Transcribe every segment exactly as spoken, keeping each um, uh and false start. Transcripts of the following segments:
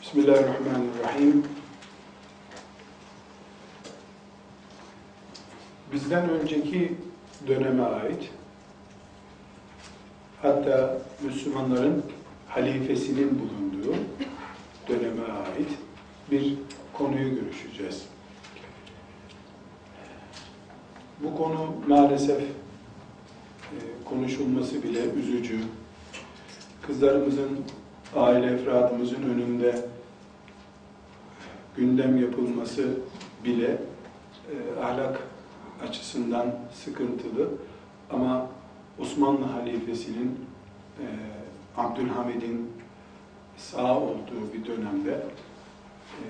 Bismillahirrahmanirrahim. Bizden önceki döneme ait, hatta Müslümanların halifesinin bulunduğu döneme ait bir konuyu görüşeceğiz. Bu konu maalesef e, konuşulması bile üzücü. Kızlarımızın, aile efradımızın önünde gündem yapılması bile e, ahlak açısından sıkıntılı. Ama Osmanlı halifesinin e, Abdülhamid'in sağ olduğu bir dönemde e,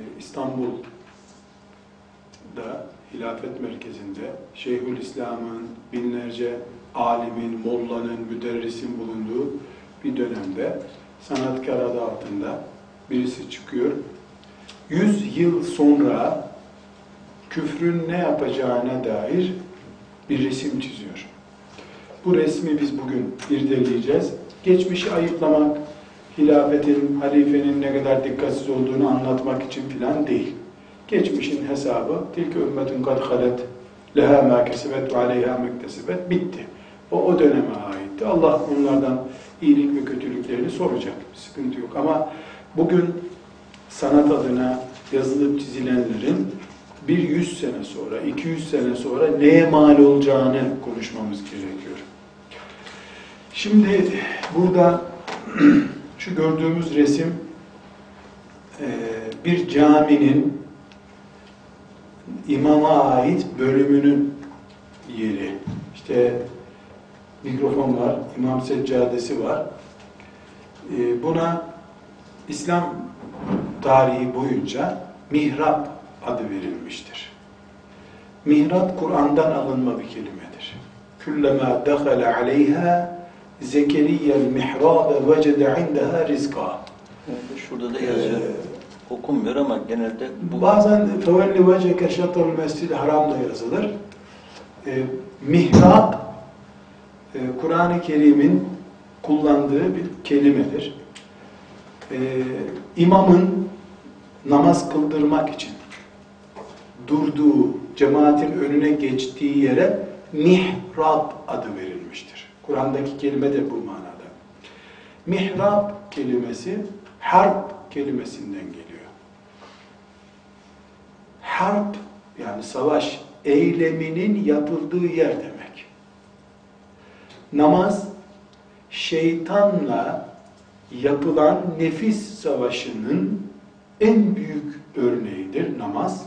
İstanbul'da hilafet merkezinde Şeyhülislam'ın, binlerce alimin, mollanın, müderrisin bulunduğu bir dönemde sanatkar adı altında birisi çıkıyor. Yüz yıl sonra küfrün ne yapacağına dair bir resim çiziyor. Bu resmi biz bugün irdeleyeceğiz. Geçmişi ayıplamak, hilafetin, halifenin ne kadar dikkatsiz olduğunu anlatmak için filan değil. Geçmişin hesabı, tilke ümmetun kad halet, leha ma kesebet ve aleyha mektesebet, bitti. O, o döneme aitti. Allah onlardan iyilik ve kötülüklerini soracak. Sıkıntı yok. Ama bugün sanat adına yazılıp çizilenlerin bir yüz sene sonra, iki yüz sene sonra neye mal olacağını konuşmamız gerekiyor. Şimdi burada şu gördüğümüz resim bir caminin imama ait bölümünün yeri. İşte mikrofon var, imam seccadesi var. Buna İslam tarihi boyunca mihrap adı verilmiştir. Mihrap Kur'an'dan alınma bir kelimedir. Kullama dakhala aleyha Zekeriya'l mihrab vecede indeha rizqa. Şurada da yazıyor. Ee, Okunmuyor ama genelde bu... Bazen fevelli veceke şatrul mescid-i haram da yazılır. Ee, mihrap e, Kur'an-ı Kerim'in kullandığı bir kelimedir. Ee, imamın namaz kıldırmak için durduğu, cemaatin önüne geçtiği yere mihrap adı verilmiştir. Kur'an'daki kelime de bu manada. Mihrap kelimesi harp kelimesinden geliyor. Harp yani savaş eyleminin yapıldığı yer demek. Namaz şeytanla yapılan nefis savaşının en büyük örneğidir namaz.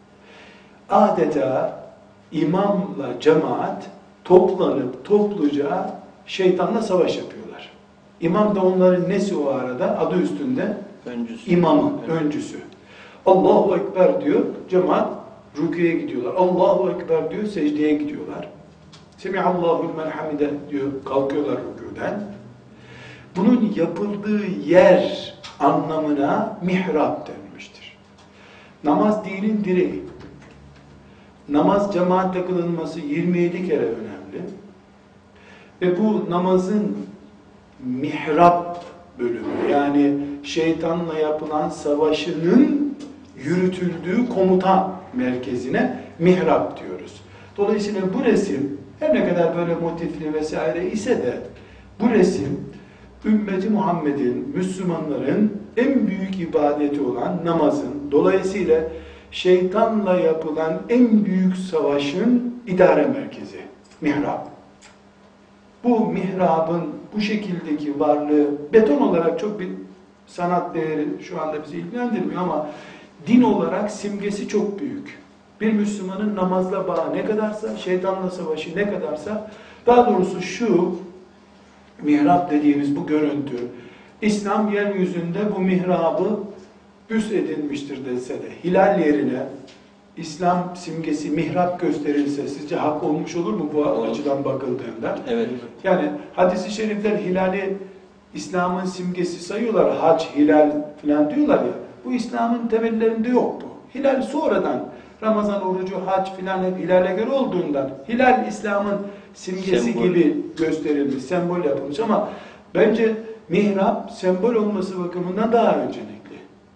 Adeta imamla cemaat toplanıp topluca şeytanla savaş yapıyorlar. İmam da onların nesi o arada? Adı üstünde öncüsü. İmamın Evet. öncüsü. Allahu Ekber diyor, cemaat rüküye gidiyorlar. Allahu Ekber diyor, secdeye gidiyorlar. Semihallahu limen hamide diyor, kalkıyorlar rükûden. Bunun yapıldığı yer anlamına mihrap denmiştir. Namaz dinin direği. Namaz cemaatle kılınması yirmi yedi kere önemli. Ve bu namazın mihrap bölümü, yani şeytanla yapılan savaşının yürütüldüğü komuta merkezine mihrap diyoruz. Dolayısıyla bu resim her ne kadar böyle motifli vesaire ise de bu resim ümmeti Muhammed'in, Müslümanların en büyük ibadeti olan namazın, dolayısıyla şeytanla yapılan en büyük savaşın idare merkezi, mihrap. Bu mihrabın bu şekildeki varlığı beton olarak çok bir sanat değeri şu anda bizi ilgilendirmiyor ama din olarak simgesi çok büyük. Bir Müslümanın namazla bağı ne kadarsa, şeytanla savaşı ne kadarsa, daha doğrusu şu mihrap dediğimiz bu görüntü, İslam yeryüzünde bu mihrabı üs edinmiştir dese de, hilal yerine İslam simgesi mihrap gösterilse sizce hak olmuş olur mu bu olur. Açıdan bakıldığında? Evet. Yani hadis-i şerifler hilali İslam'ın simgesi sayıyorlar, hac, hilal filan diyorlar ya, bu İslam'ın temellerinde yok bu. Hilal sonradan, Ramazan orucu, hac filan hep hilale göre olduğundan, hilal İslam'ın simgesi sembol gibi gösterilmiş, sembol yapılmış ama bence mihrap sembol olması bakımından daha öncelikli.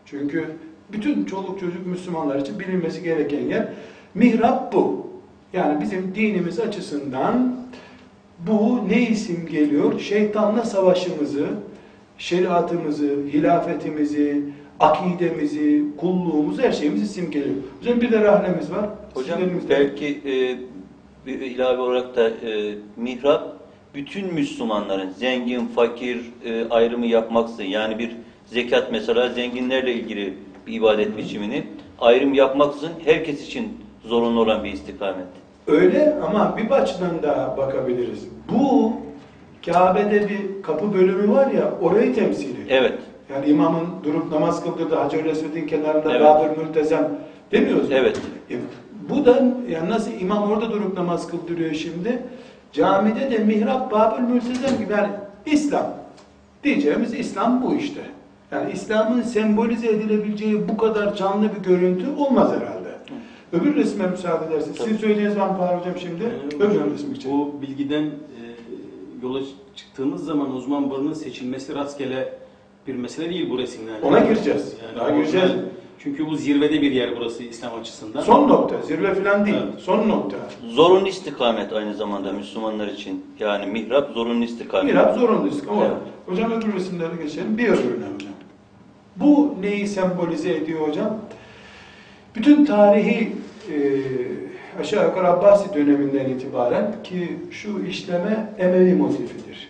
Çünkü bütün çoluk çocuk Müslümanlar için bilinmesi gereken yer. Mihrap bu. Yani bizim dinimiz açısından bu ne simgeliyor? Şeytanla savaşımızı, şeriatımızı, hilafetimizi, akidemizi, kulluğumuzu, her şeyimizi simgeliyor. Hocam bir de rahlemiz var. Hocam Sizlerimizde- belki e, bir ilave olarak da e, mihrap bütün Müslümanların zengin, fakir e, ayrımı yapmaksızın, yani bir zekat mesela zenginlerle ilgili bir ibadet biçimini ayrım yapmaksızın herkes için zorunlu olan bir istikamet. Öyle ama bir açıdan da bakabiliriz. Bu Kabe'de bir kapı bölümü var ya, orayı temsil ediyor. Evet. Yani imamın durup namaz kıldırdığı Hacer-ı Esved'in kenarında Evet. Babür Mültezem demiyoruz mu? Evet. E, bu da yani nasıl imam orada durup namaz kıldırıyor şimdi? Camide de mihrap Babül Mültezem gibi, yani İslam diyeceğimiz İslam bu işte. Yani İslam'ın sembolize edilebileceği bu kadar canlı bir görüntü olmaz herhalde. Öbür resme müsaade ederseniz. Sizin söyleyeceğiniz var mı Fahri Hocam şimdi? Yani Öbür hocam, resim için. bu bilgiden e, yola çıktığımız zaman uzman barının seçilmesi rastgele bir mesele değil bu resimler. Ona gireceğiz. Yani Daha gireceğiz. orijinal- Çünkü bu zirvede bir yer burası İslam açısından. Son nokta, zirve falan değil. Evet. Son nokta. Zorunlu istikamet aynı zamanda Müslümanlar için. Yani mihrap zorunlu istikamet. Mihrap zorunlu ama Evet. hocam öbür resimlere geçelim. Bir öbürüne hocam. Bu neyi sembolize ediyor hocam? Bütün tarihi e, aşağı yukarı Abbasi döneminden itibaren ki şu işleme Emevi motifidir.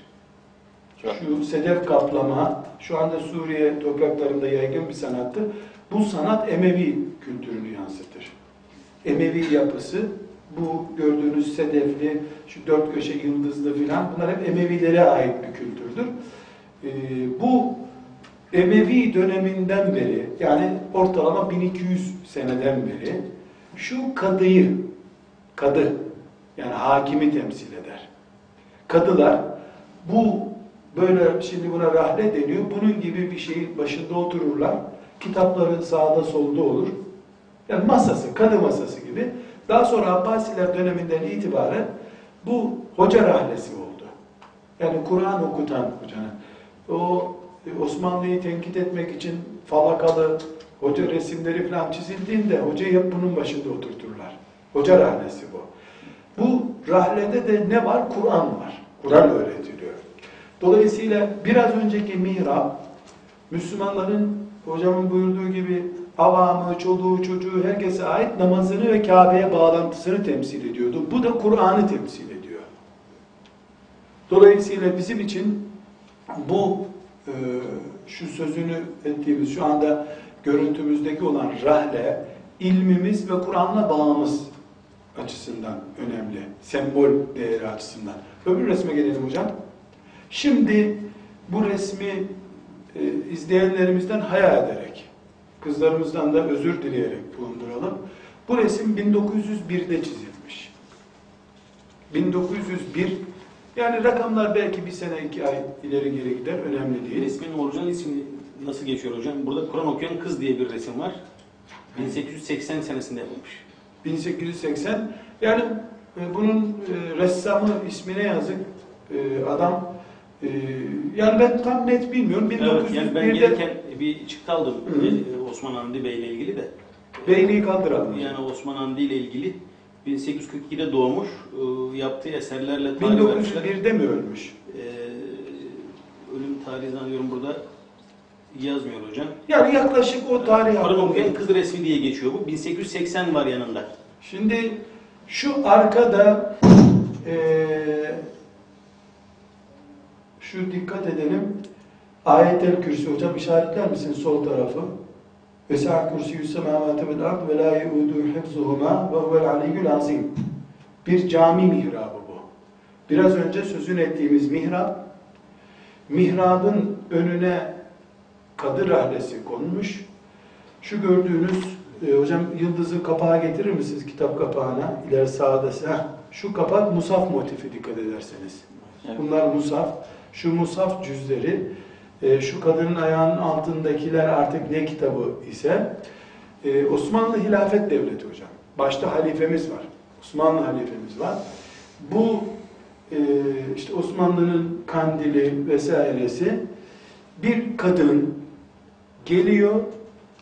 Şu sedef kaplama, şu anda Suriye topraklarında yaygın bir sanattır. Bu sanat Emevi kültürünü yansıtır. Emevi yapısı, bu gördüğünüz sedefli, şu dört köşe yıldızlı filan, bunlar hep Emevilere ait bir kültürdür. Ee, bu Emevi döneminden beri, yani ortalama bin iki yüz seneden beri şu kadıyı, kadı, yani hakimi temsil eder. Kadılar bu böyle, şimdi buna rahle deniyor, bunun gibi bir şeyin başında otururlar. Kitapları sağda solda olur. Yani masası, kadı masası gibi. Daha sonra Abbasiler döneminden itibaren bu hoca rahlesi oldu. Yani Kur'an okutan hocanın. O Osmanlı'yı tenkit etmek için falakalı hoca resimleri falan çizildiğinde hocayı hep bunun başında oturturlar. Hoca rahlesi bu. Bu rahlede de ne var? Kur'an var. Kur'an öğretiliyor. Dolayısıyla biraz önceki mihrap, Müslümanların hocamın buyurduğu gibi avamı, çoluğu, çocuğu herkese ait namazını ve Kabe'ye bağlantısını temsil ediyordu. Bu da Kur'an'ı temsil ediyor. Dolayısıyla bizim için bu e, şu sözünü ettiğimiz şu anda görüntümüzdeki olan rahle, ilmimiz ve Kur'an'la bağımız açısından önemli. Sembol değeri açısından. Öbür resme gelelim hocam. Şimdi bu resmi e, izleyenlerimizden hayal ederek, kızlarımızdan da özür dileyerek bulunduralım. Bu resim bin dokuz yüz bir'de çizilmiş. bin dokuz yüz bir, yani rakamlar belki bir sene, iki ay ileri geri gider, önemli değil. Resmin orijinal ismi nasıl geçiyor hocam? Burada Kur'an okuyan kız diye bir resim var. bin sekiz yüz seksen senesinde yapılmış. bin sekiz yüz seksen, yani e, bunun e, ressamı ismine yazık, e, adam e, yani ben tam net bilmiyorum. Evet, yani ben bin dokuz yüz bir'de gelirken bir çıktı aldım Hı hı. e, Osman Hamdi Bey ile ilgili de. Beyliği kaldıralım. Yani Osman Hamdi ile ilgili bin sekiz yüz kırk iki'de doğmuş, e, yaptığı eserlerle tarih bin dokuz vermişler. yüz bir'de mi ölmüş? E, ölüm tarihi zannediyorum burada yazmıyor hocam. Yani yaklaşık o tarih Kur'an hakkında. okuyan kız resmi diye geçiyor bu. bin sekiz yüz seksen var yanında. Şimdi şu arkada eee şu dikkat edelim. Ayet-el Kürsi hocam işaretler misin sol tarafı? Vesa'a kürsiyü's semâvâti vel ard ve lâ yeûdû hifzuhumâ ve huvel aliyyul azîm. Bir cami mihrabı bu. Biraz önce sözünü ettiğimiz mihrap, mihrabın önüne kadı rahlesi konmuş. Şu gördüğünüz e, hocam yıldızı kapağı getirir misiniz kitap kapağına? İleri sağda. Heh, şu kapak musaf motifi dikkat ederseniz. Evet. Bunlar musaf. Şu musaf cüzleri, e, şu kadının ayağının altındakiler artık ne kitabı ise e, Osmanlı Hilafet Devleti hocam. Başta halifemiz var. Osmanlı halifemiz var. Bu e, işte Osmanlı'nın kandili vesairesi, bir kadın geliyor,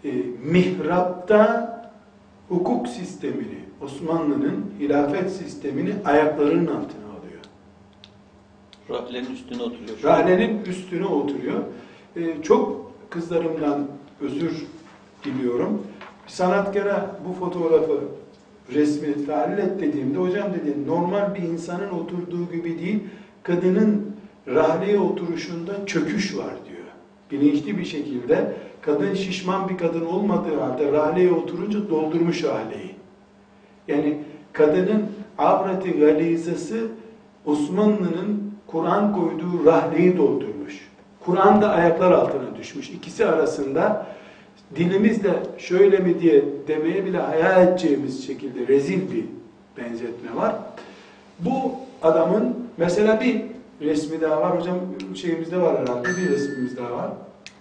e, mihrapta hukuk sistemini, Osmanlı'nın hilafet sistemini ayaklarının altına alıyor. Rahlenin üstüne oturuyor. Rahlenin üstüne oturuyor. E, çok kızlarımdan özür diliyorum. Sanatkara bu fotoğrafı, resmi tahlil et dediğimde, hocam dedi, normal bir insanın oturduğu gibi değil, kadının rahleye oturuşunda çöküş var diyor. Bilinçli bir şekilde kadın şişman bir kadın olmadığı halde rahleye oturunca doldurmuş rahleyi. Yani kadının avreti galizesi Osmanlı'nın Kur'an koyduğu rahleyi doldurmuş. Kur'an da ayaklar altına düşmüş. İkisi arasında dilimizle şöyle mi diye demeye bile hayal edeceğimiz şekilde rezil bir benzetme var. Bu adamın mesela bir resmi daha var. Hocam şeyimizde var herhalde. Bir resmimiz daha var.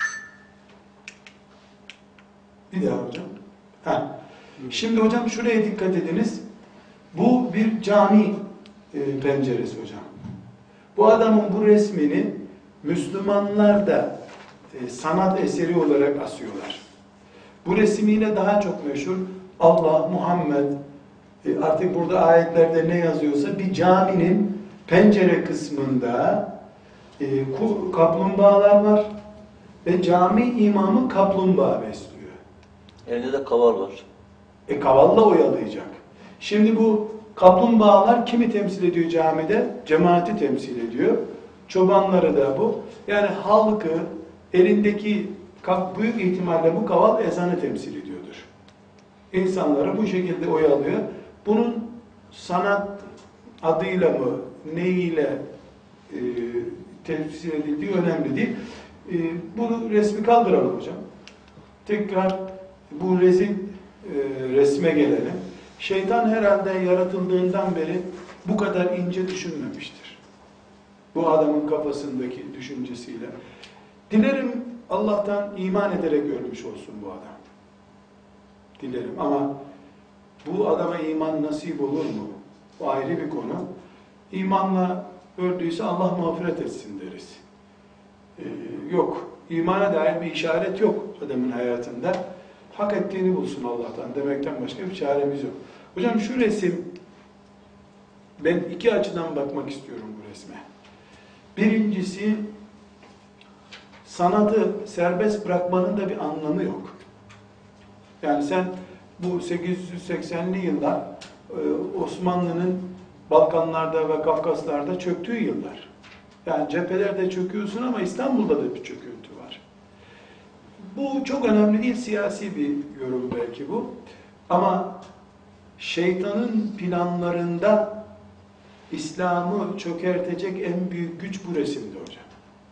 Bir daha hocam. Heh. Şimdi hocam şuraya dikkat ediniz. Bu bir cami e, penceresi hocam. Bu adamın bu resmini Müslümanlar da e, sanat eseri olarak asıyorlar. Bu resmiyle daha çok meşhur Allah, Muhammed, e, artık burada ayetlerde ne yazıyorsa bir caminin pencere kısmında e, kaplumbağalar var ve cami imamı kaplumbağa besliyor. Elinde de kaval var. E kavalla oyalayacak. Şimdi bu kaplumbağalar kimi temsil ediyor camide? Cemaati temsil ediyor. Çobanları da bu. Yani halkı, elindeki büyük ihtimalle bu kaval ezanı temsil ediyordur. İnsanları bu şekilde oyalıyor. Bunun sanat adıyla mı, neyiyle e, temsil edildiği önemli değil. E, bunu resmi kaldıralım hocam. Tekrar bu rezil e, resme gelelim. Şeytan herhalde yaratıldığından beri bu kadar ince düşünmemiştir. Bu adamın kafasındaki düşüncesiyle. Dilerim Allah'tan iman ederek ölmüş olsun bu adam. Dilerim ama bu adama iman nasip olur mu? Bu ayrı bir konu. İmanla öldüyse Allah mağfiret etsin deriz. Ee, yok. İmana dair bir işaret yok adamın hayatında. Hak ettiğini bulsun Allah'tan demekten başka bir çaremiz yok. Hocam şu resim, ben iki açıdan bakmak istiyorum bu resme. Birincisi, sanatı serbest bırakmanın da bir anlamı yok. Yani sen bu sekiz yüz seksenli yıllar Osmanlı'nın Balkanlarda ve Kafkaslar'da çöktüğü yıllar. Yani cephelerde çöküyorsun ama İstanbul'da da bir çöküntü var. Bu çok önemli değil, siyasi bir yorum belki bu. Ama şeytanın planlarında İslam'ı çökertecek en büyük güç bu resimde hocam.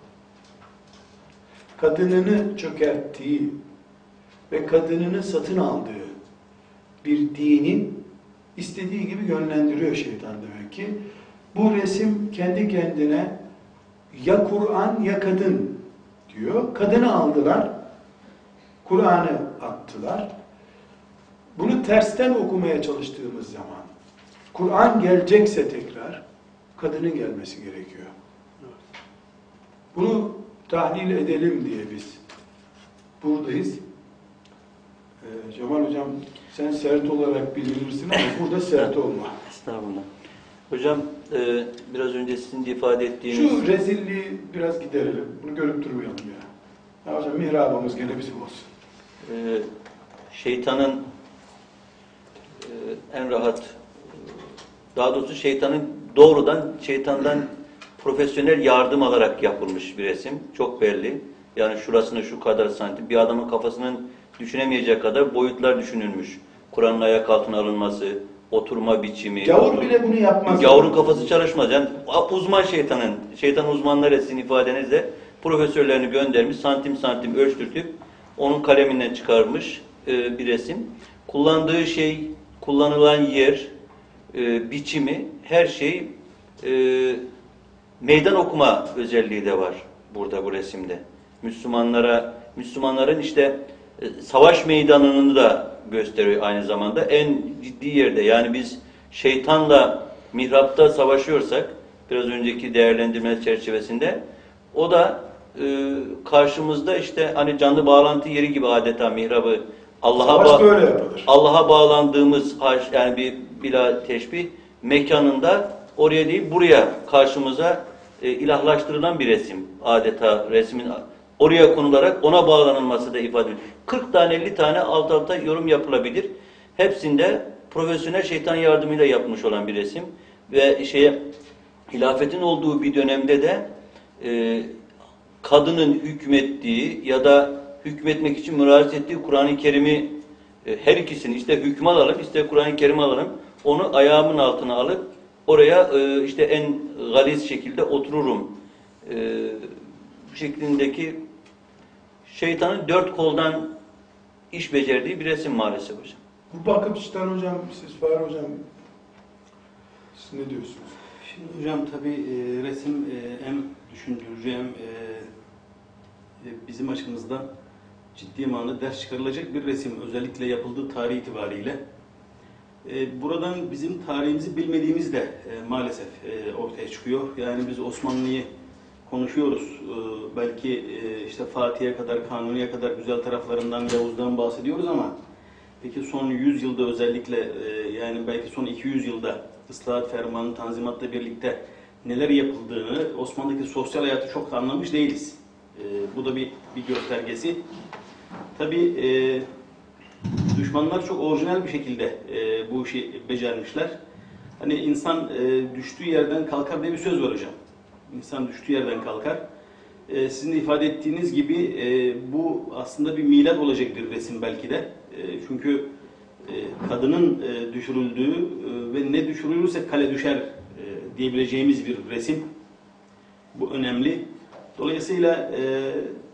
Kadınını çökerttiği ve kadınını satın aldığı bir dinin istediği gibi yönlendiriyor şeytan demek ki. Bu resim kendi kendine ya Kur'an ya kadın diyor. Kadını aldılar, Kur'an'ı attılar. Bunu tersten okumaya çalıştığımız zaman, Kur'an gelecekse tekrar, kadının gelmesi gerekiyor. Bunu tahlil edelim diye biz buradayız. Ee, Cemal Hocam, sen sert olarak bilinirsin ama burada sert olma. Estağfurullah. Hocam, e, biraz önce sizin de ifade ettiğiniz... Şu rezilliği biraz giderelim. Bunu görüp durmayalım ya. Ya hocam, mihrabımız gene bizim olsun. E, şeytanın e, en rahat, daha doğrusu şeytanın doğrudan, şeytandan profesyonel yardım alarak yapılmış bir resim. Çok belli. Yani şurasını şu kadar santim, bir adamın kafasının düşünemeyeceği kadar boyutlar düşünülmüş. Kur'an'ın ayak altına alınması, oturma biçimi. Gavur bile bunu yapmaz. Gavurun kafası çalışmaz. Yani uzman şeytanın, şeytan uzmanları sizin ifadenizle profesörlerini göndermiş, santim santim ölçtürtüp onun kaleminden çıkarmış e, bir resim. Kullandığı şey, kullanılan yer, e, biçimi, her şey e, meydan okuma özelliği de var burada bu resimde. Müslümanlara, Müslümanların işte e, savaş meydanını da gösteriyor aynı zamanda. En ciddi yerde, yani biz şeytanla mihrapta savaşıyorsak, biraz önceki değerlendirme çerçevesinde, o da e, karşımızda işte hani canlı bağlantı yeri gibi adeta mihrabı Allah'a Savaş ba böyle yapılır. Allah'a bağlandığımız haş- yani bir bila teşbih mekanında oraya değil buraya karşımıza e, ilahlaştırılan bir resim. Adeta resmin oraya konularak ona bağlanılması da ifade edilir. kırk tane elli tane alt alta yorum yapılabilir. Hepsinde profesyonel şeytan yardımıyla yapmış olan bir resim ve şeye hilafetin olduğu bir dönemde de e, kadının hükmettiği ya da hükmetmek için müracaat ettiği Kur'an-ı Kerim'i e, her ikisini işte hükmü alalım, işte Kur'an-ı Kerim'i alalım. Onu ayağımın altına alıp oraya e, işte en galiz şekilde otururum. E, bu şeklindeki şeytanın dört koldan iş becerdiği bir resim maalesef hocam. Bu bakıp işte hocam, siz Fahri hocam, siz ne diyorsunuz? Şimdi hocam tabii e, resim e, hem düşündürücü hem e, e, bizim açımızdan ciddi manada ders çıkarılacak bir resim. Özellikle yapıldığı tarih itibariyle. E, buradan bizim tarihimizi bilmediğimiz de e, maalesef e, ortaya çıkıyor. Yani biz Osmanlı'yı konuşuyoruz. E, belki e, işte Fatih'e kadar, Kanuni'ye kadar güzel taraflarından, Yavuz'dan bahsediyoruz ama peki son yüz yılda özellikle e, yani belki son iki yüz yılda ıslahat fermanı, tanzimatla birlikte neler yapıldığını, Osmanlı'daki sosyal hayatı çok da anlamış değiliz. E, bu da bir, bir göstergesi. Tabii e, düşmanlar çok orijinal bir şekilde e, bu işi becermişler. Hani insan e, düştüğü yerden kalkar diye bir söz var hocam. İnsan düştüğü yerden kalkar. E, sizin de ifade ettiğiniz gibi e, bu aslında bir milat olacak bir resim belki de. E, çünkü e, kadının e, düşürüldüğü e, ve ne düşürülürse kale düşer e, diyebileceğimiz bir resim. Bu önemli. Dolayısıyla e,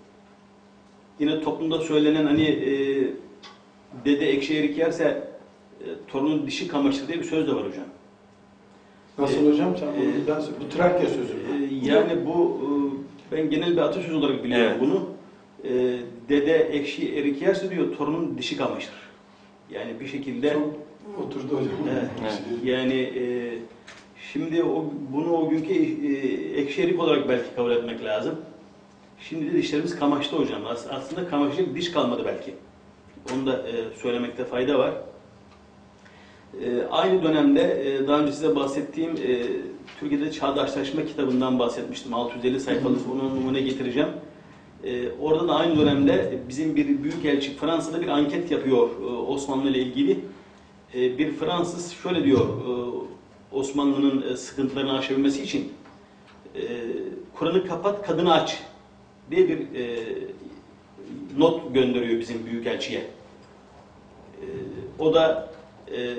yine toplumda söylenen hani e, dede ekşi erik yerse e, torunun dişi kamaşır diye bir söz de var hocam. Nasıl E, hocam? Sen bunu e, bir daha söyle. Bu Trakya sözü mü? e, yani bu e, ben genel bir atasöz olarak biliyorum Evet. bunu. E, dede ekşi erik yerse diyor torunun dişi kamaşır. Yani bir şekilde Çok oturdu hocam. Evet. Evet. yani e, şimdi o, bunu o günkü e, ekşi erik olarak belki kabul etmek lazım. Şimdi de dişlerimiz kamaştı hocam. As aslında kamaşacak diş kalmadı belki. Onu da e, söylemekte fayda var. E, aynı dönemde e, daha önce size bahsettiğim e, Türkiye'de Çağdaşlaşma kitabından bahsetmiştim. altı yüz elli sayfalık, onu numune getireceğim. E, orada da aynı dönemde bizim bir büyükelçi Fransa'da bir anket yapıyor e, Osmanlı ile ilgili. E, bir Fransız şöyle diyor, e, Osmanlı'nın e, sıkıntılarını aşabilmesi için e, Kur'an'ı kapat, kadını aç diye bir e, not gönderiyor bizim büyükelçiye. E, o da e,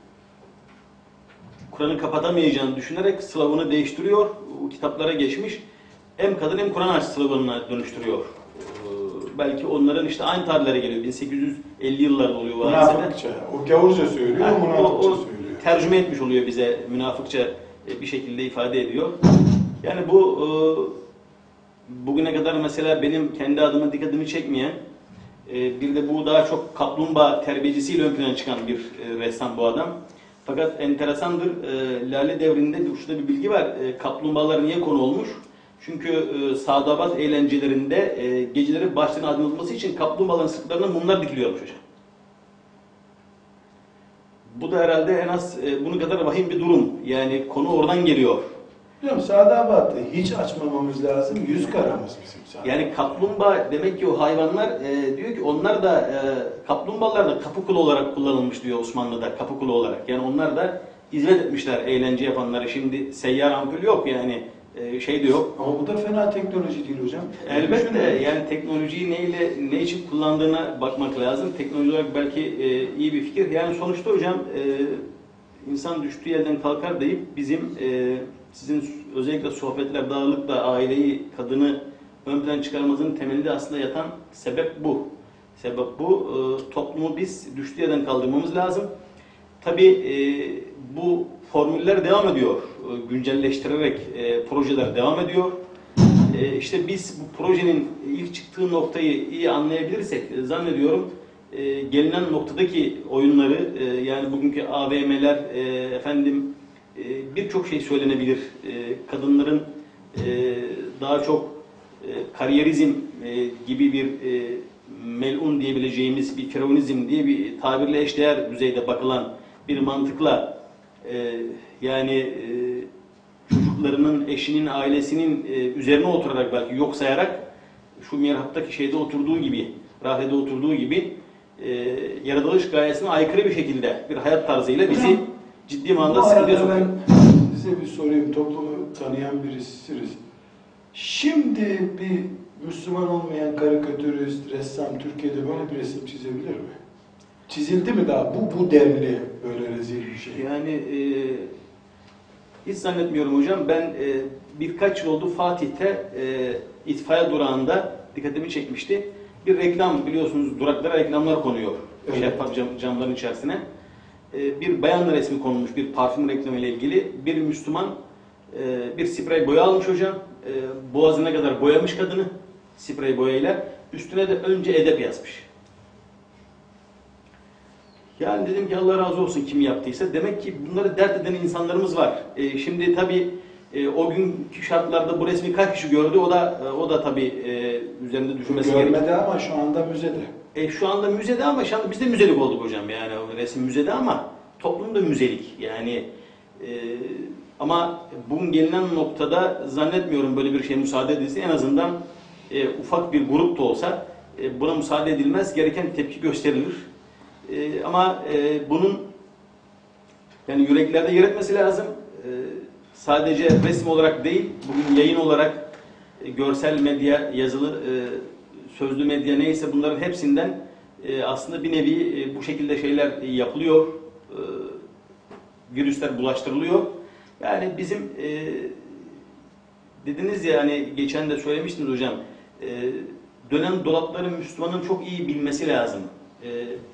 Kur'an'ı kapatamayacağını düşünerek sloganı değiştiriyor. O kitaplara geçmiş. Hem kadın hem Kur'an aç sloganına dönüştürüyor. E, belki onların işte aynı tarihlere geliyor. bin sekiz yüz elli yıllarda oluyor bu hadise. Münafıkça. O gavurca söylüyor, Yani o, münafıkça o söylüyor. tercüme etmiş oluyor bize, münafıkça bir şekilde ifade ediyor. Yani bu bugüne kadar mesela benim kendi adıma dikkatimi çekmeyen, bir de bu daha çok kaplumbağa terbiyecisiyle ön plana çıkan bir ressam bu adam. Fakat enteresandır, Lale Devri'nde şurada bir bilgi var, kaplumbağalar niye konu olmuş? Çünkü Sadabat eğlencelerinde geceleri başlarına aydınlatması için kaplumbağaların sırtlarına mumlar dikiliyormuş hocam. Bu da herhalde en az e, bunun kadar vahim bir durum. Yani konu oradan geliyor. Hocam Sadabat'ı hiç açmamamız lazım. Yüz karamız bizim Sadabat. Yani kaplumbağa demek ki o hayvanlar e, diyor ki onlar da e, kaplumbağalar da kapı kulu olarak kullanılmış diyor Osmanlı'da kapı kulu olarak. Yani onlar da hizmet etmişler eğlence yapanları. Şimdi seyyar ampul yok yani e, şey de yok. Ama bu da fena teknoloji değil hocam. Elbette Düşünün. yani teknolojiyi neyle ne için kullandığına bakmak lazım. Teknoloji olarak belki e, iyi bir fikir. Yani sonuçta hocam e, insan düştüğü yerden kalkar deyip bizim e, sizin özellikle sohbetler dağılıkla aileyi, kadını ön plan çıkarmamızın temelinde aslında yatan sebep bu. Sebep bu. E, toplumu biz düştüğü yerden kaldırmamız lazım. Tabii e, bu formüller devam ediyor. E, güncelleştirerek e, projeler devam ediyor. E, işte biz bu projenin ilk çıktığı noktayı iyi anlayabilirsek e, zannediyorum e, gelinen noktadaki oyunları e, yani bugünkü A V M'ler e, efendim e, birçok şey söylenebilir. E, kadınların e, daha çok e, kariyerizm e, gibi bir e, melun diyebileceğimiz bir firavunizm diye bir tabirle eşdeğer düzeyde bakılan bir mantıkla e, yani e, çocuklarının, eşinin, ailesinin e, üzerine oturarak belki yok sayarak şu mihraptaki şeyde oturduğu gibi, rahede oturduğu gibi e, yaratılış gayesine aykırı bir şekilde bir hayat tarzıyla bizi Hocam, ciddi manada bu sıkıntıya arada sokuyor. ben size bir sorayım, toplumu tanıyan birisiniz. Şimdi bir Müslüman olmayan karikatürist, ressam Türkiye'de böyle bir resim çizebilir mi? Çizildi mi daha? Bu bu denli böyle rezil bir şey. Yani e, hiç zannetmiyorum hocam. Ben e, birkaç yıl oldu Fatih'te e, itfaiye durağında dikkatimi çekmişti. Bir reklam, biliyorsunuz duraklara reklamlar konuyor. Evet. Şeffaf cam, camların içerisine. E, bir bayan resmi konulmuş bir parfüm reklamı ile ilgili. Bir Müslüman e, bir sprey boya almış hocam. E, boğazına kadar boyamış kadını sprey boyayla. Üstüne de önce edep yazmış. Yani dedim ki Allah razı olsun kim yaptıysa. Demek ki bunları dert eden insanlarımız var. E, şimdi tabii e, o günkü şartlarda bu resmi kaç kişi gördü? O da e, o da tabii e, üzerinde düşünmesi gerekiyor. Görmedi ama şu anda müzede. E, şu anda müzede ama şu anda biz de müzelik olduk hocam. Yani o resim müzede ama toplum da müzelik. Yani e, ama bugün gelinen noktada zannetmiyorum böyle bir şeye müsaade edilse. En azından e, ufak bir grup da olsa e, buna müsaade edilmez. Gereken tepki gösterilir. Ee, ama e, bunun yani yüreklerde yer etmesi lazım. Ee, sadece resim olarak değil, bugün yayın olarak e, görsel medya, yazılı, e, sözlü medya neyse bunların hepsinden e, aslında bir nevi e, bu şekilde şeyler yapılıyor. E, virüsler bulaştırılıyor. Yani bizim e, dediniz ya hani geçen de söylemiştiniz hocam, e, dönen dolapları Müslümanın çok iyi bilmesi lazım. E,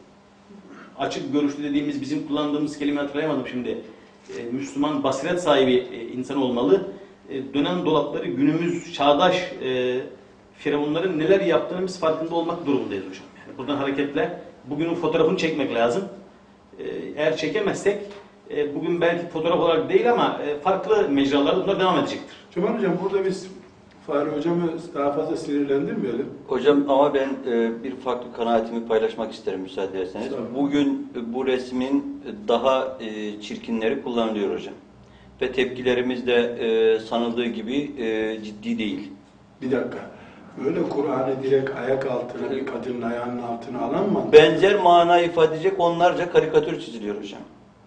açık görüşlü dediğimiz, bizim kullandığımız kelime hatırlayamadım şimdi. E, Müslüman basiret sahibi e, insan olmalı. E, dönen dolapları günümüz çağdaş e, firavunların neler yaptığını biz farkında olmak durumundayız hocam. Yani buradan hareketle bugünün fotoğrafını çekmek lazım. E, eğer çekemezsek e, bugün belki fotoğraf olarak değil ama e, farklı mecralarda bunlar devam edecektir. Cemal Hocam burada biz Fahri Hocam'ı daha fazla sinirlendirmeyelim. Hocam ama ben e, bir farklı kanaatimi paylaşmak isterim müsaade ederseniz. Bugün e, bu resmin daha e, çirkinleri kullanılıyor hocam. Ve tepkilerimiz de e, sanıldığı gibi e, ciddi değil. Bir dakika. Böyle Kur'an'ı direkt ayak altına, bir kadının ayağının altına alan mı? Benzer mana ifade edecek onlarca karikatür çiziliyor hocam.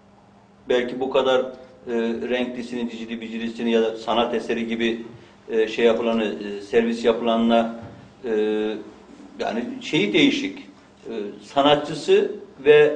Belki bu kadar e, renklisini, cicili bicilisini ya da sanat eseri gibi e, şey yapılanı, e, servis yapılanına e, yani şeyi değişik. E, sanatçısı ve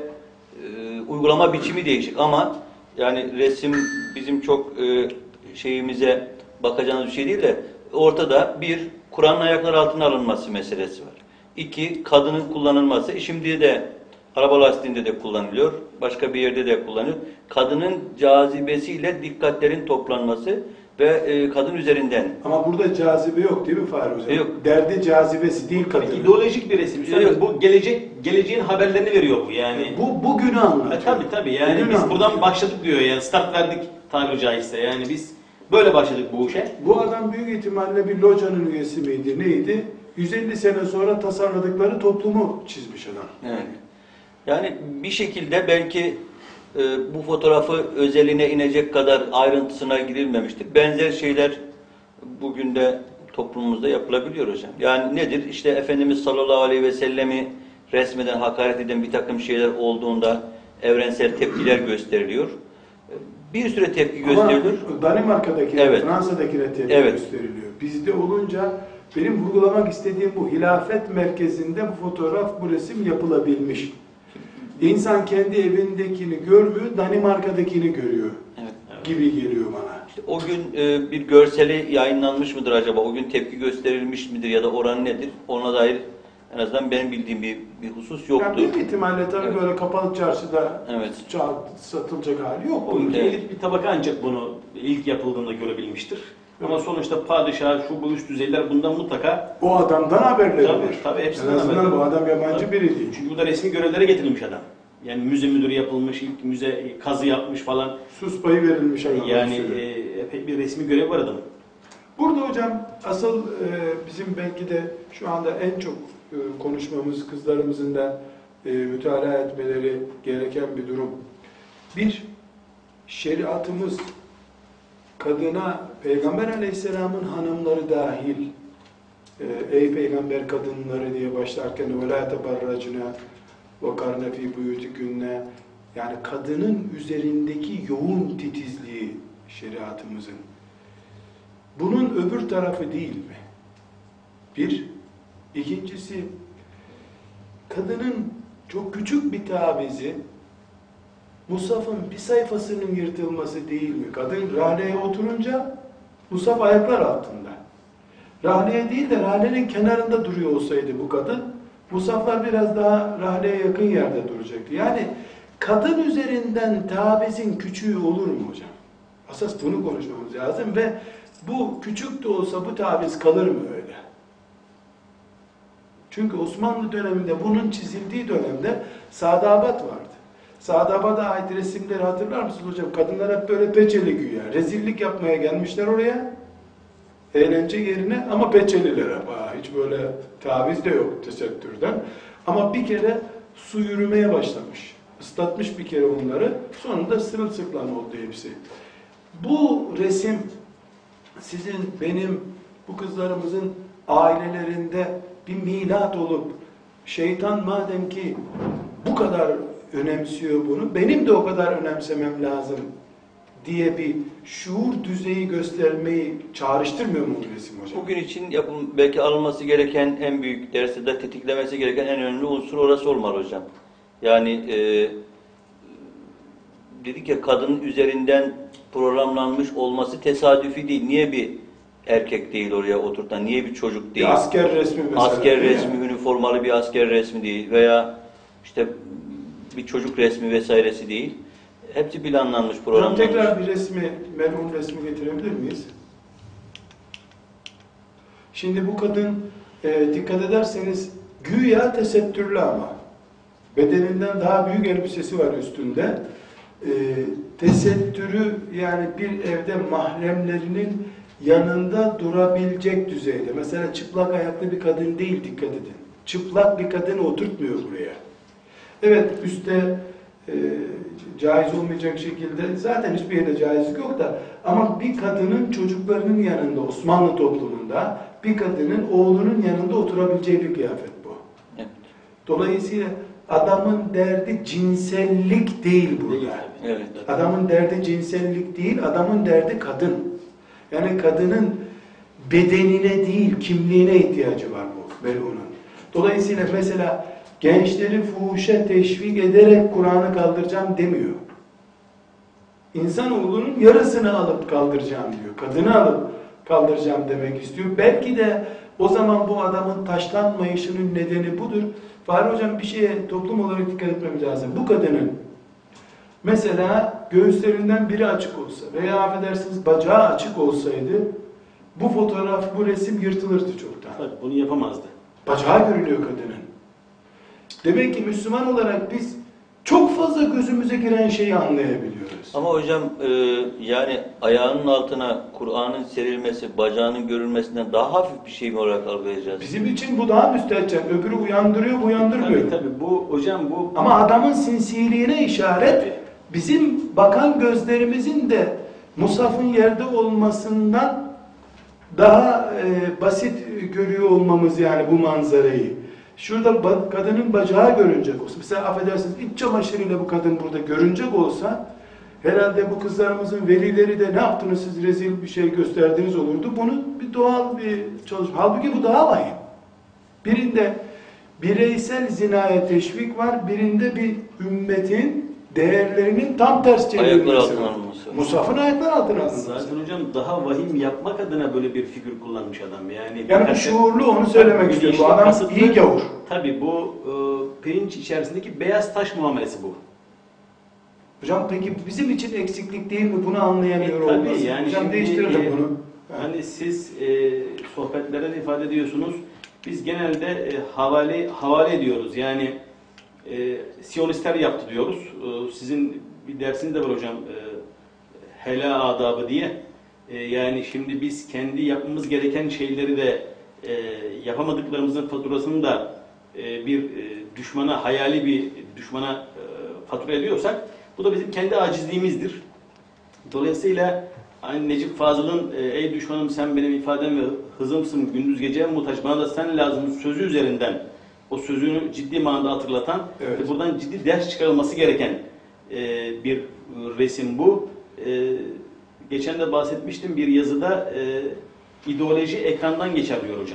e, uygulama biçimi değişik ama yani resim bizim çok e, şeyimize bakacağımız bir şey değil de ortada bir Kur'an'ın ayakları altına alınması meselesi var. İki, kadının kullanılması. Şimdi de araba lastiğinde de kullanılıyor. Başka bir yerde de kullanılıyor. Kadının cazibesiyle dikkatlerin toplanması ve e, kadın üzerinden. Ama burada cazibe yok değil mi Fahri Hocam? Yok. Derdi cazibesi değil kadın. İdeolojik bir resim. Yok, yok. Bu gelecek geleceğin haberlerini veriyor bu yani. Bu bugünü anlatıyor. E, tabii tabii yani Bugünü biz anlatıyor. buradan başladık diyor yani start verdik tabiri caizse yani biz böyle başladık bu işe. Bu adam büyük ihtimalle bir locanın üyesi miydi, neydi? yüz elli sene sonra tasarladıkları toplumu çizmiş adam. Evet. Yani bir şekilde belki e, bu fotoğrafı özeline inecek kadar ayrıntısına girilmemiştir. Benzer şeyler bugün de toplumumuzda yapılabiliyor hocam. Yani nedir? İşte Efendimiz sallallahu aleyhi ve sellemi resmeden, hakaret eden bir takım şeyler olduğunda evrensel tepkiler gösteriliyor. Bir süre tepki gösteriliyor. Ama Danimarka'dakine, Evet. Fransa'dakine tepki Evet. gösteriliyor. Bizde olunca benim vurgulamak istediğim bu. Hilafet merkezinde bu fotoğraf, bu resim yapılabilmiş. İnsan kendi evindekini görmüyor, Danimarka'dakini görüyor. Evet. Gibi geliyor bana. İşte o gün e, bir görseli yayınlanmış mıdır acaba? O gün tepki gösterilmiş midir ya da oran nedir? Ona dair en azından benim bildiğim bir, bir husus yoktu. Yani büyük ihtimalle tabii Evet. böyle kapalı çarşıda Evet. ça- satılacak hali yok. O bunun. ülke Evet. elit bir tabaka ancak bunu ilk yapıldığında görebilmiştir. Ama sonuçta padişah, şu bu üst düzeyler bundan mutlaka O adamdan haberleri Tabii, var. tabii, hepsinden en azından haberleri bu var. adam yabancı Tabii. biri değil. Çünkü burada resmi görevlere getirilmiş adam. Yani müze müdürü yapılmış, ilk müze kazı yapmış falan. Sus payı verilmiş adam. Yani e, epey bir resmi görev var adamın. Burada hocam asıl e, bizim belki de şu anda en çok e, konuşmamız, kızlarımızın da e, mütalaa etmeleri gereken bir durum. Bir, şeriatımız kadına, Peygamber Aleyhisselam'ın hanımları dahil, e, ey peygamber kadınları diye başlarken وَلَا تَبَرَّجْنَا وَقَرْنَ ف۪ي بُيُوتِكُنَّ, yani kadının üzerindeki yoğun titizliği şeriatımızın. Bunun öbür tarafı değil mi? Bir. İkincisi, kadının çok küçük bir tavizi, Musaf'ın bir sayfasının yırtılması değil mi? Kadın rahleye oturunca, Musaf ayaklar altında. Rahleye değil de rahlenin kenarında duruyor olsaydı bu kadın, Musaflar biraz daha rahleye yakın yerde duracaktı. Yani kadın üzerinden tavizin küçüğü olur mu hocam? Asas bunu konuşmamız lazım ve bu küçük de olsa bu taviz kalır mı öyle? Çünkü Osmanlı döneminde, bunun çizildiği dönemde sadabat vardı. Sadabata ait resimleri hatırlar mısınız hocam? Kadınlar hep böyle peçeli güya. Rezillik yapmaya gelmişler oraya. Eğlence yerine ama peçeliler hep. Ha, hiç böyle taviz de yok tesettürden. Ama bir kere su yürümeye başlamış. Islatmış bir kere onları. Sonunda sırılsıklam oldu hepsi. Bu resim sizin, benim, bu kızlarımızın ailelerinde bir milat olup, şeytan madem ki bu kadar önemsiyor bunu, benim de o kadar önemsemem lazım diye bir şuur düzeyi göstermeyi çağrıştırmıyor mu bu resim hocam? Bugün için yapım, belki alınması gereken en büyük dersi de tetiklemesi gereken en önemli unsur orası olmalı hocam. Yani e, dedik ya, kadının üzerinden programlanmış olması tesadüfi değil. Niye bir erkek değil oraya oturtan, niye bir çocuk değil? Bir asker resmi mesela. Asker resmi, üniformalı bir asker resmi değil veya işte bir çocuk resmi vesairesi değil. Hepsi planlanmış, programlanmış. Tekrar bir resmi, merhum resmi getirebilir miyiz? Şimdi bu kadın e, dikkat ederseniz güya tesettürlü ama bedeninden daha büyük elbisesi var üstünde. E, tesettürü, yani bir evde mahremlerinin yanında durabilecek düzeyde. Mesela çıplak ayaklı bir kadın değil, dikkat edin. Çıplak bir kadını oturtmuyor buraya. Evet, üstte e, caiz olmayacak şekilde, zaten hiçbir yerde caizlik yok da, ama bir kadının çocuklarının yanında, Osmanlı toplumunda bir kadının oğlunun yanında oturabileceği bir kıyafet bu. Evet. Dolayısıyla adamın derdi cinsellik değil burada. Değil, evet. Adamın derdi cinsellik değil, adamın derdi kadın. Yani kadının bedenine değil, kimliğine ihtiyacı var bu merhumun. Dolayısıyla mesela gençleri fuhuşa teşvik ederek Kur'an'ı kaldıracağım demiyor. İnsanoğlunun yarısını alıp kaldıracağım diyor. Kadını alıp kaldıracağım demek istiyor. Belki de o zaman bu adamın taşlanmayışının nedeni budur. Fahri hocam, bir şeye toplum olarak dikkat etmemiz lazım. Bu kadının mesela göğüslerinden biri açık olsa veya affedersiniz bacağı açık olsaydı, bu fotoğraf, bu resim yırtılırdı çoktan. Tabii bunu yapamazdı. Bacağı görülüyor kadının. Demek ki Müslüman olarak biz çok fazla gözümüze giren şeyi anlayabiliyoruz. Ama hocam e, yani ayağının altına Kur'an'ın serilmesi, bacağının görülmesinden daha hafif bir şey mi olarak algılayacağız? Bizim için bu daha müstehcen. Öbürü uyandırıyor, bu uyandırmıyor. Tabii tabii bu hocam bu... Ama adamın sinsiliğine işaret, Tabii. bizim bakan gözlerimizin de Musaf'ın yerde olmasından daha e, basit görüyor olmamız, yani bu manzarayı. Şurada bak, kadının bacağı görünecek olsa, mesela affedersiniz iç çamaşırıyla bu kadın burada görünecek olsa, herhalde bu kızlarımızın velileri de ne yaptınız siz, rezil bir şey gösterdiniz olurdu. Bunu bir doğal bir çalışma. Halbuki bu daha vahim. Birinde bireysel zinaya teşvik var, birinde bir ümmetin değerlerinin tam ters çevrilmesi Ayaklar var. altına alınması. Musaf'ın ayaklar altına alınması. Zaten hocam daha vahim yapmak adına böyle bir figür kullanmış adam. Yani, Yani bu şuurlu, onu söylemek istiyorum. Bu adam iyi gavur. Tabii bu e, pirinç içerisindeki beyaz taş muamelesi bu. Hocam peki bizim için eksiklik değil mi? Bunu anlayamıyor E, tabii olması. yani Hocam şimdi, değiştirelim e, bunu. Hani siz e, sohbetlerden ifade ediyorsunuz. Biz genelde e, havale havale ediyoruz. Yani e, Siyonistler yaptı diyoruz. E, sizin bir dersiniz de var hocam. E, Hela adabı diye. E, yani şimdi biz kendi yapmamız gereken şeyleri de e, yapamadıklarımızın faturasını da e, bir e, düşmana, hayali bir düşmana e, fatura ediyorsak bu da bizim kendi acizliğimizdir. Dolayısıyla hani Necip Fazıl'ın e, ey düşmanım sen benim ifadem ve hızımsın gündüz gece muhtaç bana da sen lazım sözü üzerinden o sözünü ciddi manada hatırlatan evet. ve buradan ciddi ders çıkarılması gereken e, bir resim bu. E, geçen de bahsetmiştim bir yazıda e, ideoloji ekrandan geçer diyor hocam.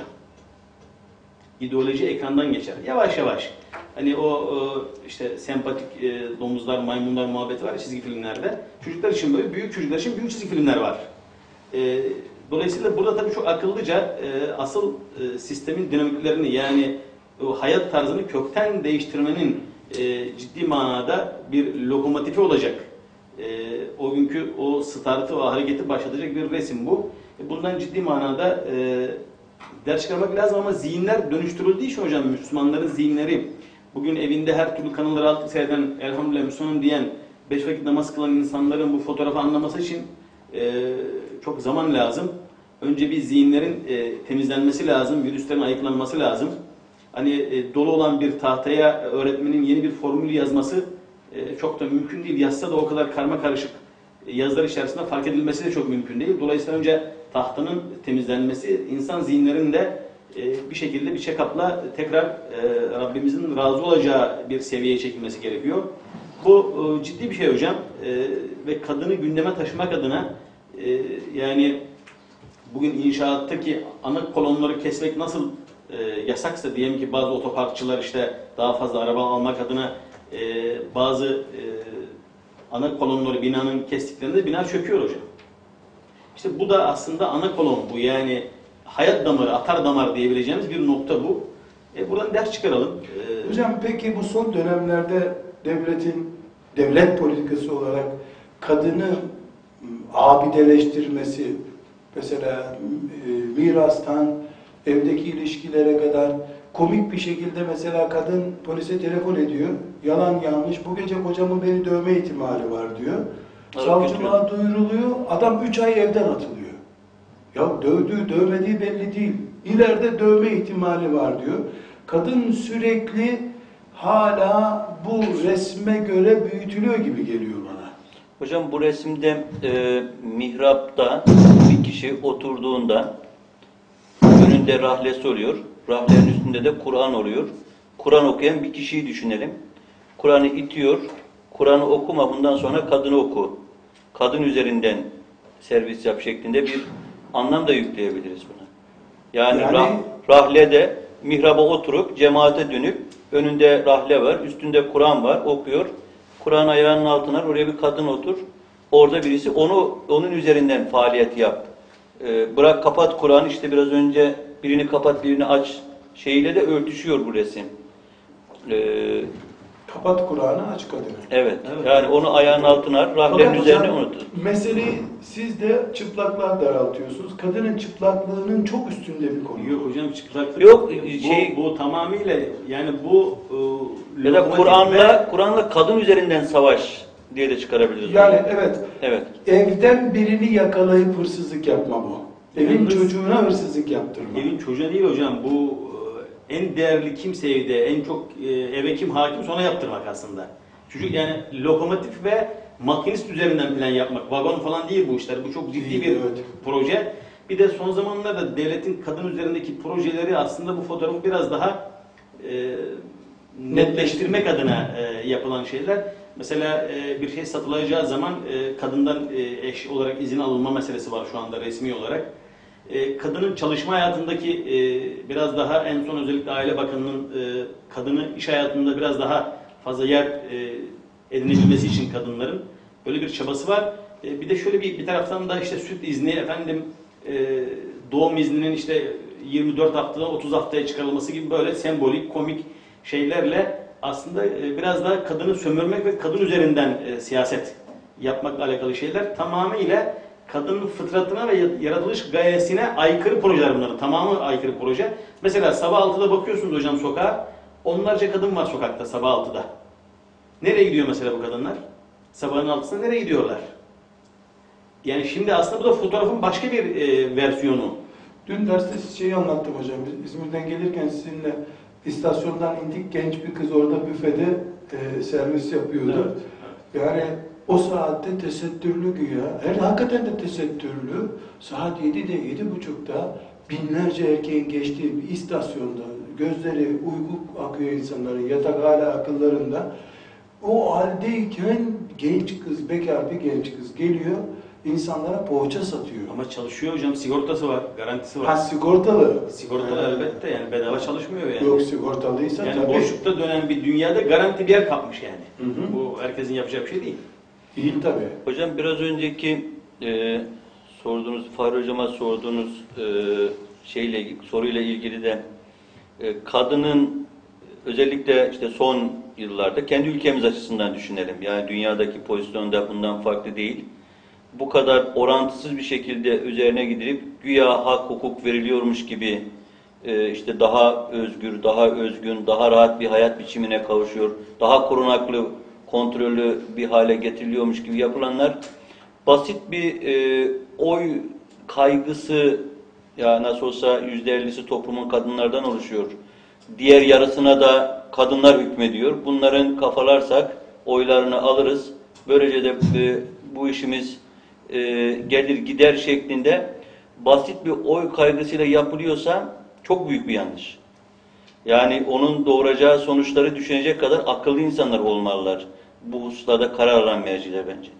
İdeoloji ekrandan geçer. Yavaş yavaş. Hani o işte sempatik domuzlar, maymunlar muhabbeti var ya çizgi filmlerde. Çocuklar için böyle, büyük çocuklar için büyük çizgi filmler var. Dolayısıyla burada tabii çok akıllıca asıl sistemin dinamiklerini yani o hayat tarzını kökten değiştirmenin ciddi manada bir lokomotifi olacak. O günkü o startı, o hareketi başlatacak bir resim bu. Bundan ciddi manada ders çıkarmak lazım ama zihinler dönüştürüldüğü için hocam Müslümanların zihinleri bugün evinde her türlü kanalları altı seyreden elhamdülillah Müslümanım diyen beş vakit namaz kılan insanların bu fotoğrafı anlaması için e, çok zaman lazım. Önce bir zihinlerin e, temizlenmesi lazım, virüslerin ayıklanması lazım. Hani e, dolu olan bir tahtaya öğretmenin yeni bir formül yazması e, çok da mümkün değil. Yazsa da o kadar karma karışık yazılar içerisinde fark edilmesi de çok mümkün değil. Dolayısıyla önce tahtanın temizlenmesi, insan zihinlerinde e, bir şekilde bir check-up'la tekrar e, Rabbimizin razı olacağı bir seviyeye çekilmesi gerekiyor. Bu e, ciddi bir şey hocam e, ve kadını gündeme taşımak adına e, yani bugün inşaattaki ana kolonları kesmek nasıl e, yasaksa diyelim ki bazı otoparkçılar işte daha fazla araba almak adına e, bazı e, ana kolonları binanın kestiklerinde bina çöküyor hocam. İşte bu da aslında ana kolon bu yani hayat damarı, atar damar diyebileceğimiz bir nokta bu. E buradan ders çıkaralım. Ee, hocam peki bu son dönemlerde devletin, devlet politikası olarak kadını abideleştirmesi, mesela e, mirastan evdeki ilişkilere kadar komik bir şekilde mesela kadın polise telefon ediyor. Yalan yanlış. Bu gece kocamın beni dövme ihtimali var diyor. Evet, Savcılığa duyuruluyor. Adam üç ay evden atılıyor. Ya dövdüğü, dövmediği belli değil. İleride dövme ihtimali var diyor. Kadın sürekli hala bu resme göre büyütülüyor gibi geliyor bana. Hocam bu resimde e, mihrapta bir kişi oturduğunda önünde rahlesi oluyor. Rahlenin üstünde de Kur'an oluyor. Kur'an okuyan bir kişiyi düşünelim. Kur'an'ı itiyor. Kur'an'ı okuma bundan sonra kadını oku. Kadın üzerinden servis yap şeklinde bir anlam da yükleyebiliriz buna. Yani, yani rah, rahlede mihraba oturup cemaate dönüp önünde rahle var, üstünde Kur'an var, okuyor. Kur'an ayağının altına oraya bir kadın otur. Orada birisi onu onun üzerinden faaliyet yap. Ee, bırak kapat Kur'an işte biraz önce birini kapat birini aç şeyiyle de örtüşüyor bu resim. Ee, Kapat Kur'an'ı aç kadını. Evet, evet. Yani onu ayağın altına, rahlerin üzerine unutun. Meseleyi siz de çıplaklığa daraltıyorsunuz. Kadının çıplaklığının çok üstünde bir konu. Yok hocam çıplaklık. Yok bu, şey bu tamamıyla yani bu e, ya da Kur'an'la Kur'an'la kadın üzerinden savaş diye de çıkarabiliriz. Yani bunu. evet. Evet. Evden birini yakalayıp hırsızlık yapma bu. Evin Hırs, çocuğuna hırsızlık yaptırma. Evin çocuğuna değil hocam bu en değerli kimse evde, en çok e, eve kim hakimse ona yaptırmak aslında. Çocuk yani lokomotif ve makinist üzerinden plan yapmak. Vagon falan değil bu işler. Bu çok ciddi bir evet. proje. Bir de son zamanlarda devletin kadın üzerindeki projeleri aslında bu fotoğrafı biraz daha e, netleştirmek adına e, yapılan şeyler. Mesela e, bir şey satılacağı zaman e, kadından e, eş olarak izin alınma meselesi var şu anda resmi olarak. E, kadının çalışma hayatındaki e, biraz daha en son özellikle Aile Bakanı'nın e, kadını iş hayatında biraz daha fazla yer e, edinebilmesi için kadınların böyle bir çabası var. E, bir de şöyle bir bir taraftan da işte süt izni efendim e, doğum izninin işte yirmi dört haftadan otuz haftaya çıkarılması gibi böyle sembolik komik şeylerle aslında e, biraz daha kadını sömürmek ve kadın üzerinden e, siyaset yapmakla alakalı şeyler tamamıyla kadının fıtratına ve yaratılış gayesine aykırı projeler bunların. Tamamı aykırı proje. Mesela sabah altıda bakıyorsunuz hocam sokağa. Onlarca kadın var sokakta sabah altıda. Nereye gidiyor mesela bu kadınlar? Sabahın altısında nereye gidiyorlar? Yani şimdi aslında bu da fotoğrafın başka bir e, versiyonu. Dün derste siz şeyi anlattım hocam. Biz İzmir'den gelirken sizinle istasyondan indik. Genç bir kız orada büfede e, servis yapıyordu. Evet. Yani o saatte tesettürlü güya. Her hakikaten de tesettürlü. Saat yedide, yedi buçukta binlerce erkeğin geçtiği bir istasyonda gözleri uyku akıyor insanların, yatak hala akıllarında. O haldeyken genç kız, bekar bir genç kız geliyor, insanlara poğaça satıyor. Ama çalışıyor hocam, sigortası var, garantisi var. Ha, sigortalı. Sigortalı Ha. elbette, yani bedava çalışmıyor yani. Yok, sigortalıysa yani tabii. boşlukta dönen bir dünyada garanti bir yer kapmış yani. Hı hı. Bu herkesin yapacağı bir şey değil. Değil tabii. Hocam biraz önceki e, sorduğunuz, Fahri Hocam'a sorduğunuz e, şeyle soruyla ilgili de e, kadının özellikle işte son yıllarda kendi ülkemiz açısından düşünelim. Yani dünyadaki pozisyonda bundan farklı değil. Bu kadar orantısız bir şekilde üzerine gidilip güya hak hukuk veriliyormuş gibi e, işte daha özgür, daha özgün, daha rahat bir hayat biçimine kavuşuyor. Daha korunaklı, kontrollü bir hale getiriliyormuş gibi yapılanlar basit bir e, oy kaygısı, ya nasıl olsa yüzde ellisi toplumun kadınlardan oluşuyor. Diğer yarısına da kadınlar hükmediyor. Bunların kafalarsak oylarını alırız. Böylece de e, bu işimiz e, gelir gider şeklinde basit bir oy kaygısıyla yapılıyorsa çok büyük bir yanlış. Yani onun doğuracağı sonuçları düşünecek kadar akıllı insanlar olmalılar. Bu hususlarda karar alan merciler bence.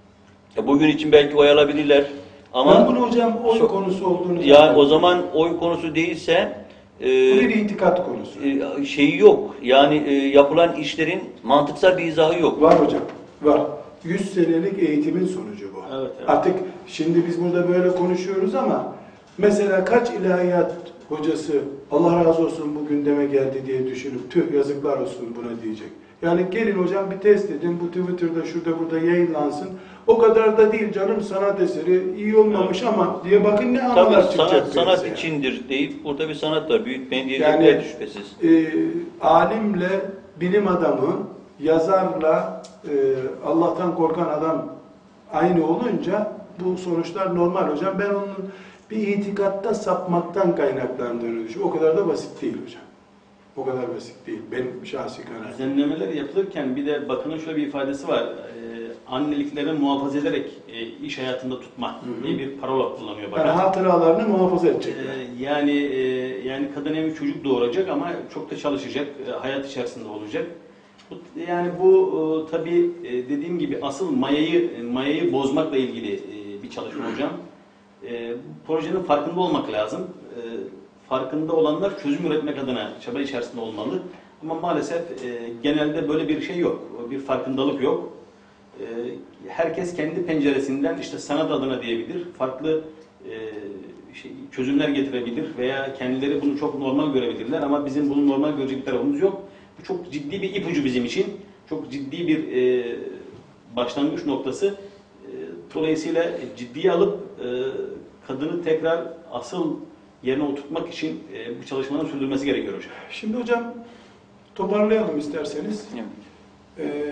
Ya bugün için belki oy alabilirler ama Ben bunu hocam oy so konusu olduğunu ya o zaman oy konusu değilse bu bir itikat konusu. e, şeyi yok. Yani e, yapılan işlerin mantıksal bir izahı yok. Var hocam, var. yüz senelik eğitimin sonucu bu. Evet, evet. Artık şimdi biz burada böyle konuşuyoruz ama mesela kaç ilahiyat hocası Allah razı olsun bu gündeme geldi diye düşünüp tüh yazıklar olsun buna diyecek. Yani gelin hocam bir test edin, bu Twitter'da şurada burada yayınlansın. O kadar da değil canım, sanat eseri iyi olmamış Evet. ama diye bakın ne Tabii anılar çıkacak. sanat, sanat yani. içindir deyip burada bir sanat var. Büyütmeyin Yani diyecekler şüphesiz. e, alimle bilim adamı, yazarla e, Allah'tan korkan adam aynı olunca bu sonuçlar normal hocam. Ben onun bir itikatta sapmaktan kaynaklandığını düşünüyorum. O kadar da basit değil hocam. O kadar basit değil. Benim şahsi kanaatim. Düzenlemeler yapılırken bir de bakının şöyle bir ifadesi var. Ee, annelikleri muhafaza ederek e, iş hayatında tutma Hı hı. diye bir parola kullanıyor Yani bakan. hatıralarını muhafaza edecekler. Ee, yani e, yani kadın hem çocuk doğuracak ama çok da çalışacak, e, hayat içerisinde olacak. Bu, yani bu e, tabii e, dediğim gibi asıl mayayı mayayı bozmakla ilgili e, bir çalışma hocam. E, bu projenin farkında olmak lazım. E, farkında olanlar çözüm üretmek adına çaba içerisinde olmalı. Ama maalesef e, genelde böyle bir şey yok, bir farkındalık yok. E, herkes kendi penceresinden işte sanat adına diyebilir, farklı e, şey, çözümler getirebilir veya kendileri bunu çok normal görebilirler ama bizim bunu normal görecek bir tarafımız yok. Bu çok ciddi bir ipucu bizim için, çok ciddi bir e, başlangıç noktası. E, dolayısıyla ciddiye alıp e, kadını tekrar asıl yerine oturtmak için e, bu çalışmanın sürdürülmesi gerekiyor hocam. Şimdi hocam toparlayalım isterseniz. Evet. Ee,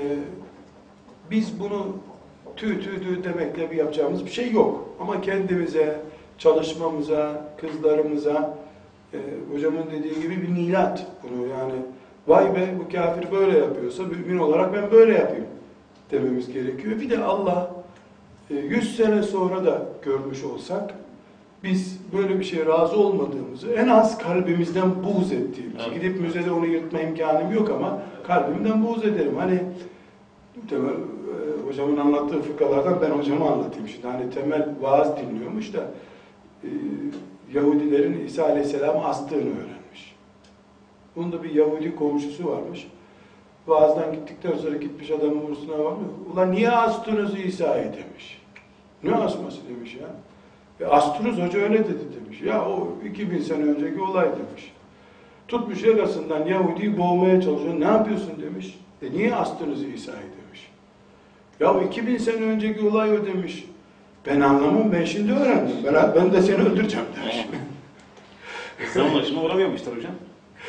biz bunu tüy tüy tüy demekle bir yapacağımız bir şey yok. Ama kendimize, çalışmamıza, kızlarımıza, e, hocamın dediği gibi bir milat bunu yani vay be bu kafir böyle yapıyorsa mümin olarak ben böyle yapayım dememiz gerekiyor. Bir de Allah e, yüz sene sonra da görmüş olsak biz böyle bir şeye razı olmadığımızı, en az kalbimizden buğz ettiğimizi, Evet. gidip müzede onu yırtma imkanım yok ama kalbimden buğz ederim. Hani temel, e, hocamın anlattığı fıkralardan ben hocamı anlatayım şimdi. Hani Temel vaaz dinliyormuş da e, Yahudilerin İsa Aleyhisselam'ı astığını öğrenmiş. Bunun da bir Yahudi komşusu varmış. Vaazdan gittikten sonra gitmiş adamın bursuna varmıyor. Ulan niye astınız İsa'yı demiş. Ne asması demiş ya. E, astınız hoca öyle dedi demiş. Ya o iki bin sene önceki olay demiş. Tutmuş yakasından Yahudi'yi boğmaya çalışıyor. Ne yapıyorsun demiş. E niye astınız İsa'yı demiş. Ya iki bin sene önceki olay o demiş. Ben anlamam, ben şimdi öğrendim. Ben, ben de seni öldüreceğim demiş. Zaman aşımına uğramıyormuştur hocam.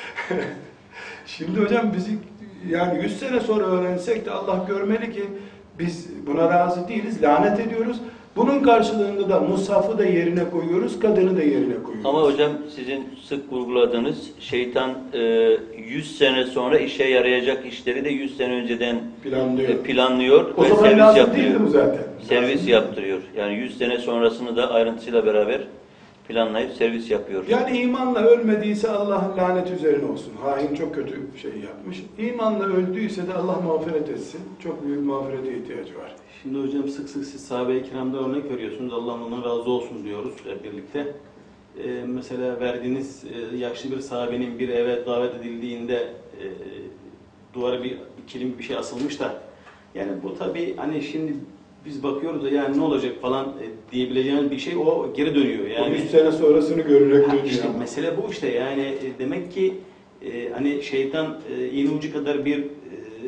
Şimdi hocam bizi yani yüz sene sonra öğrensek de Allah görmeli ki biz buna razı değiliz, lanet ediyoruz. Bunun karşılığında da mushafı da yerine koyuyoruz, kadını da yerine koyuyoruz. Ama hocam sizin sık vurguladığınız şeytan e, yüz sene sonra işe yarayacak işleri de yüz sene önceden planlıyor. e, planlıyor O ve zaman servis lazım yaptırıyor. değildi bu zaten. Servis Lazım. yaptırıyor. Yani yüz sene sonrasını da ayrıntısıyla beraber planlayıp servis yapıyor. Yani imanla ölmediyse Allah'ın laneti üzerine olsun. Hain çok kötü şey yapmış. İmanla öldüyse de Allah mağfiret etsin. Çok büyük mağfirete ihtiyacı var. Şimdi hocam sık sık siz sahabe-i kiramda örnek veriyorsunuz. Allah ondan razı olsun diyoruz hep birlikte. Ee, mesela verdiğiniz e, yaşlı bir sahabenin bir eve davet edildiğinde e, duvara bir kilim bir şey asılmış da yani bu tabii hani şimdi biz bakıyoruz da yani ne olacak falan e, diyebileceğimiz bir şey o geri dönüyor. Yani yüz sene sonrasını görerek ha, dönüyor. işte ama. mesele bu işte yani e, demek ki e, hani şeytan e, iğne ucu kadar bir e,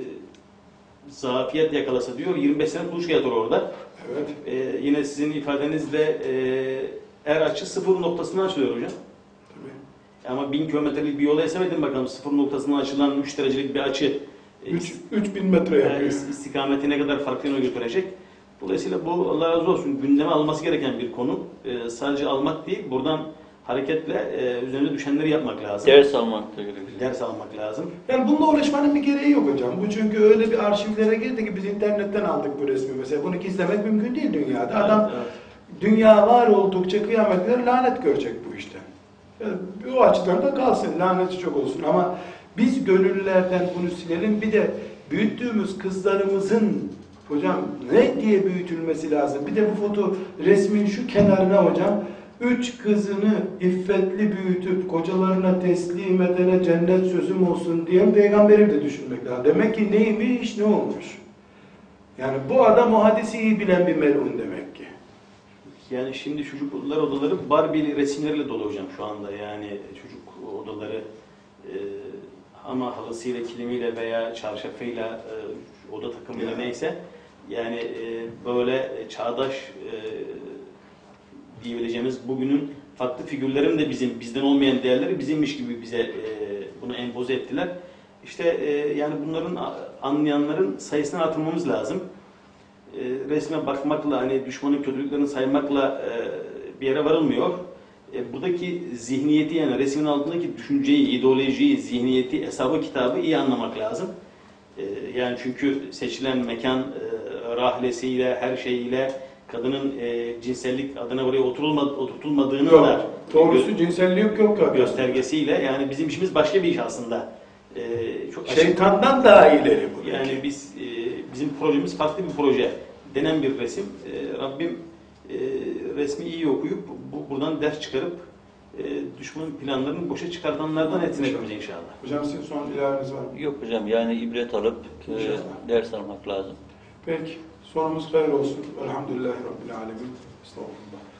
zafiyet yakalasa diyor yirmi beş sene kuluçka yatır orada. Evet. E, yine sizin ifadenizle e, er açı sıfır noktasından açılıyor hocam. Tabii. Ama bin kilometrelik bir yola esemedin bakalım sıfır noktasından açılan üç derecelik bir açı e, üç bin metre yani yapıyor. istikameti ne kadar farklı yöne götürecek. Dolayısıyla bu Allah razı olsun gündeme alması gereken bir konu. E, sadece almak değil buradan hareketle e, üzerine düşenleri yapmak lazım. Ders almak da gerekiyor. Ders almak lazım. Yani bununla uğraşmanın bir gereği yok hocam. Bu çünkü öyle bir arşivlere girdi ki biz internetten aldık bu resmi mesela. Bunu gizlemek mümkün değil dünyada. Adam Evet, dünya var oldukça kıyamet kadar lanet görecek bu işten. Yani o açıdan da kalsın, laneti çok olsun. Ama biz gönüllülerden bunu silelim. Bir de büyüttüğümüz kızlarımızın hocam ne diye büyütülmesi lazım? Bir de bu foto resmin şu kenarına hocam üç kızını iffetli büyütüp kocalarına teslim edene cennet sözüm olsun diyen peygamberi de düşünmek lazım. Demek ki neymiş, ne olmuş? Yani bu adam o hadisi iyi bilen bir melun demek ki. Yani şimdi çocuklar odaları Barbie resimleriyle dolu hocam şu anda. Yani çocuk odaları e, ama halısıyla, kilimiyle veya çarşafıyla, e, oda takımıyla Yani. neyse. Yani e, böyle çağdaş e, diyebileceğimiz bugünün farklı figürlerin de bizim, bizden olmayan değerleri bizimmiş gibi bize e, bunu empoze ettiler. İşte e, yani bunların anlayanların sayısını artırmamız lazım. E, resme bakmakla, hani düşmanın kötülüklerini saymakla e, bir yere varılmıyor. E, buradaki zihniyeti yani resmin altındaki düşünceyi, ideolojiyi, zihniyeti, hesabı, kitabı iyi anlamak lazım. E, yani çünkü seçilen mekan e, rahlesiyle, her şeyiyle kadının e, cinsellik adına oraya oturulma, oturtulmadığını Yok, da doğrusu cinsellik yok yok. göstergesiyle yani bizim işimiz başka bir iş aslında. E, çok açık- Şeytandan daha ileri bu. yani biz e, bizim projemiz farklı bir proje denen bir resim. E, Rabbim e, resmi iyi okuyup bu, buradan ders çıkarıp e, düşmanın planlarını boşa çıkartanlardan etsin hepimize inşallah. Hocam sizin son ilaveniz var mı? Yok hocam yani ibret alıp e, İnşallah. ders almak lazım. Peki. Sonumuz hayır olsun. Elhamdülillahi Rabbil Alemin. Estağfurullah.